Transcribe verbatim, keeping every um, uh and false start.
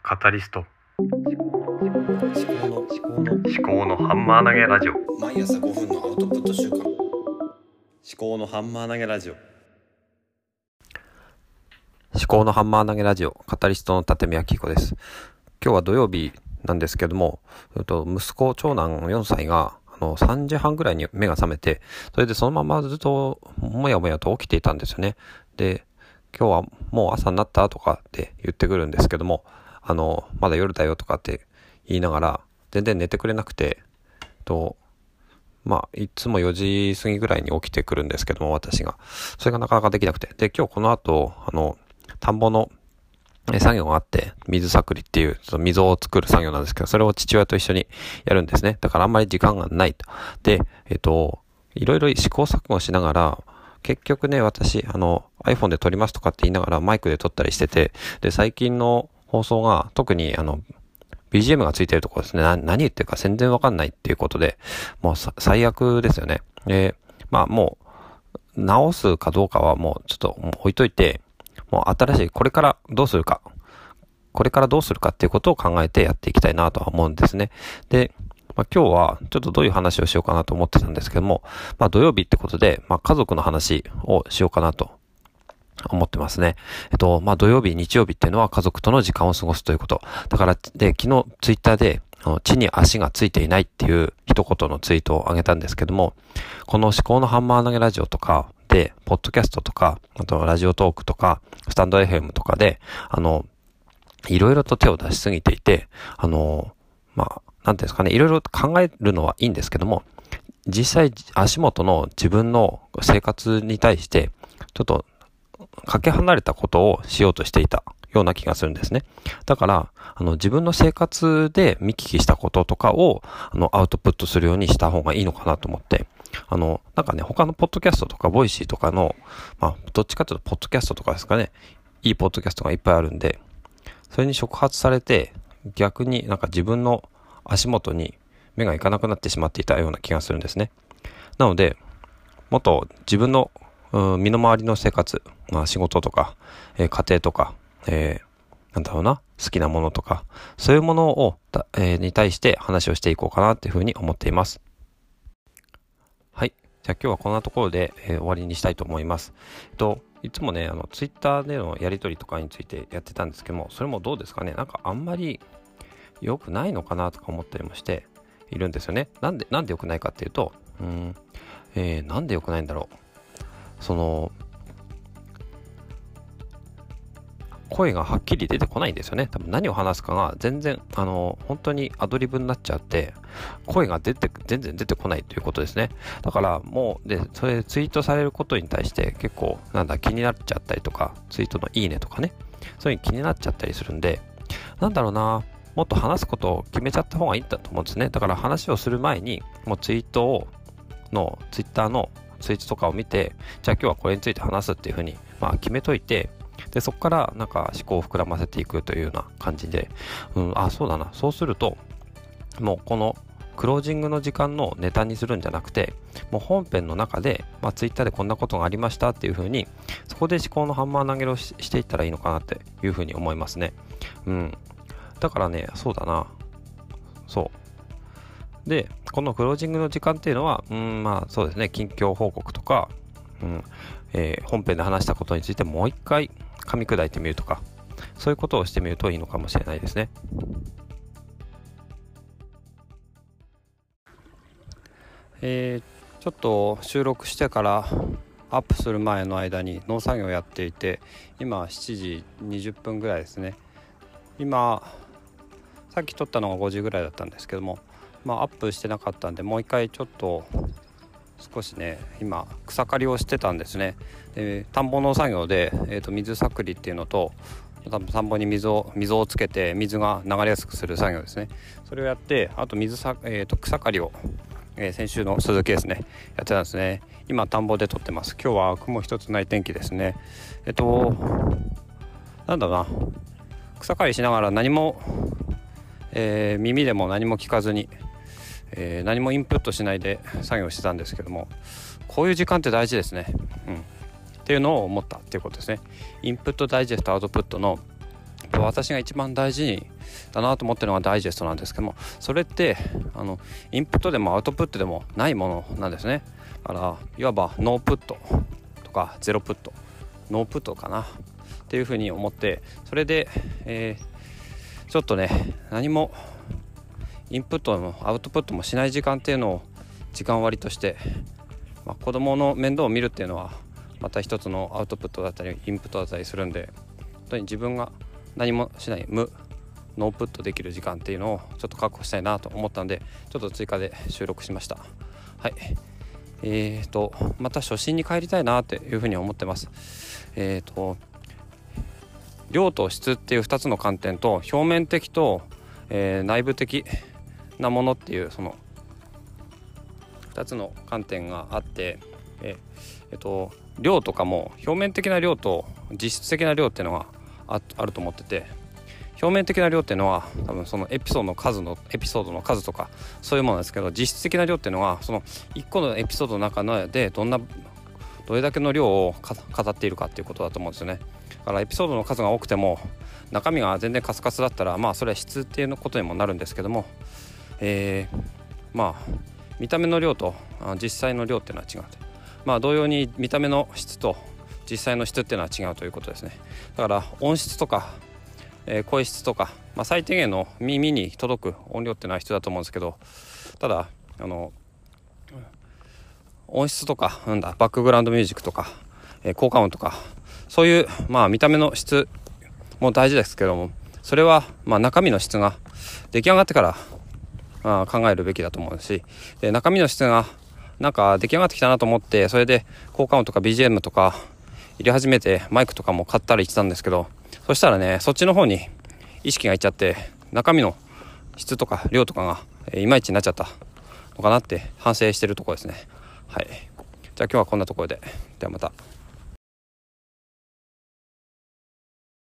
カタリスト思考の思考の思思考のハンマー投げラジオ。 毎朝ごふんのアウトプット週間、思考のハンマー投げラジオ。 思考のハンマー投げラジオ、カタリストの立見明彦です。今日は土曜日なんですけども、息子長男よんさいがあのさんじはんぐらいに目が覚めて、それでそのままずっともやもやと起きていたんですよね。で、今日はもう朝になったとかって言ってくるんですけども、あのまだ夜だよとかって言いながら全然寝てくれなくて、とまあいつもよじ過ぎぐらいに起きてくるんですけども、私がそれがなかなかできなくて、で今日この後あの田んぼの作業があって、水作りっていうその溝を作る作業なんですけど、それを父親と一緒にやるんですね。だからあんまり時間がないと。で、えっといろいろ試行錯誤しながら、結局ね、私あの iPhone で撮りますとかって言いながらマイクで撮ったりしてて、で最近の放送が特にあの ビージーエム がついてるところですね。な何言ってるか全然わかんないっていうことで、もう最悪ですよね。で、まあもう直すかどうかはもうちょっと置いといて、もう新しいこれからどうするか、これからどうするかっていうことを考えてやっていきたいなとは思うんですね。で、まあ、今日はちょっとどういう話をしようかなと思ってたんですけども、まあ土曜日ってことで、まあ家族の話をしようかなと思ってますね。えっと、まあ土曜日、日曜日っていうのは家族との時間を過ごすということ。だから、で、昨日ツイッターで、地に足がついていないっていう一言のツイートを上げたんですけども、この思考のハンマー投げラジオとかで、ポッドキャストとか、あとラジオトークとか、スタンド エフエム とかで、あの、いろいろと手を出しすぎていて、あの、まあ、なんていうんですかね、いろいろ考えるのはいいんですけども、実際足元の自分の生活に対して、ちょっとかけ離れたことをしようとしていたような気がするんですね。だから、あの、自分の生活で見聞きしたこととかを、あの、アウトプットするようにした方がいいのかなと思って、あの、なんかね、他のポッドキャストとか、ボイシーとかの、まあ、どっちかというと、ポッドキャストとかですかね、いいポッドキャストがいっぱいあるんで、それに触発されて、逆になんか自分の足元に目がいかなくなってしまっていたような気がするんですね。なので、もっと自分の、うん、身の回りの生活、まあ仕事とか、えー、家庭とか、えー、なんだろうな、好きなものとか、そういうものを、えー、に対して話をしていこうかなっていうふうに思っています。はい。じゃあ今日はこんなところで、えー、終わりにしたいと思います。えっと、いつもね、あの、ツイッターでのやりとりとかについてやってたんですけども、それもどうですかね、なんかあんまり良くないのかなとか思ったりもしているんですよね。なんで、なんで良くないかっていうと、うーん、えー、なんで良くないんだろう。その、声がはっきり出てこないんですよね。多分何を話すかが全然、あの、本当にアドリブになっちゃって、声が出て、全然出てこないということですね。だからもう、で、それツイートされることに対して結構、なんだ、気になっちゃったりとか、ツイートのいいねとかね、そういうの気になっちゃったりするんで、なんだろうな、もっと話すことを決めちゃった方がいいんだと思うんですね。だから話をする前に、もうツイートを、の、ツイッターのツイートとかを見て、じゃあ今日はこれについて話すっていうふうに、まあ決めといて、でそこからなんか思考を膨らませていくというような感じで、うん、あ、そうだな、そうするともうこのクロージングの時間のネタにするんじゃなくて、もう本編の中で、まあ、ツイッターでこんなことがありましたっていう風に、そこで思考のハンマー投げを し, していったらいいのかなっていう風に思いますね。うん。だからね、そうだな、そうで、このクロージングの時間っていうのは、うん、まあそうですね、近況報告とか、うんえー、本編で話したことについてもう一回噛み砕いてみるとか、そういうことをしてみるといいのかもしれないですね。えー、ちょっと収録してからアップする前の間に農作業をやっていて、今しちじにじゅっぷんぐらいですね。今さっき撮ったのがごじぐらいだったんですけども、まあアップしてなかったんで、もう一回ちょっと少しね、今草刈りをしてたんですね。で田んぼの作業で、えー、と水作りっていうのと、田んぼに水を溝をつけて水が流れやすくする作業ですね。それをやって、あと水さ、えー、と草刈りを、えー、先週の続きですね、やってたんですね。今田んぼで撮ってます。今日は雲一つない天気ですね。えっとなんだろうな、草刈りしながら何も、えー、耳でも何も聞かずに、えー、何もインプットしないで作業してたんですけども、こういう時間って大事ですね、うん、っていうのを思ったっていうことですね。インプットダイジェストアウトプットの私が一番大事にだなと思ってるのがダイジェストなんですけども、それってあのインプットでもアウトプットでもないものなんですね。だからいわばノープットとかゼロプット、ノープットかなっていうふうに思って、それで、えー、ちょっとね何もインプットもアウトプットもしない時間っていうのを時間割として、まあ、子供の面倒を見るっていうのはまた一つのアウトプットだったりインプットだったりするんで、本当に自分が何もしない無ノープットできる時間っていうのをちょっと確保したいなと思ったんで、ちょっと追加で収録しました。はい、えーとまた初心に帰りたいなっていうふうに思ってます。えーと量と質っていうふたつの観点と、表面的と、えー、内部的なものっていうそのふたつの観点があって、えーえーと量とかも表面的な量と実質的な量っていうのが あ, あると思ってて、表面的な量っていうのは多分そのエピソードの数のエピソードの数とかそういうものなんですけど、実質的な量っていうのはそのいっこのエピソードの中でどんなどれだけの量を語っているかっていうことだと思うんですよね。だからエピソードの数が多くても中身が全然カスカスだったら、まあそれは質っていうことにもなるんですけども、えー、まあ見た目の量と実際の量っていうのは違うと、まあ同様に見た目の質と実際の質っていうのは違うということですね。だから音質とか、えー、声質とか、まあ、最低限の耳に届く音量っていうのは必要だと思うんですけど、ただあの音質とかなんだバックグラウンドミュージックとか、えー、効果音とかそういう、まあ、見た目の質も大事ですけども、それは、まあ、中身の質が出来上がってから、まあ、考えるべきだと思うし、で中身の質がなんか出来上がってきたなと思って、それで効果音とか ビージーエム とか入れ始めてマイクとかも買ったりしてたんですけど、そしたらねそっちの方に意識がいっちゃって中身の質とか量とかが、えー、いまいちになっちゃったのかなって反省してるところですね。はい、じゃあ今日はこんなところで、ではまた。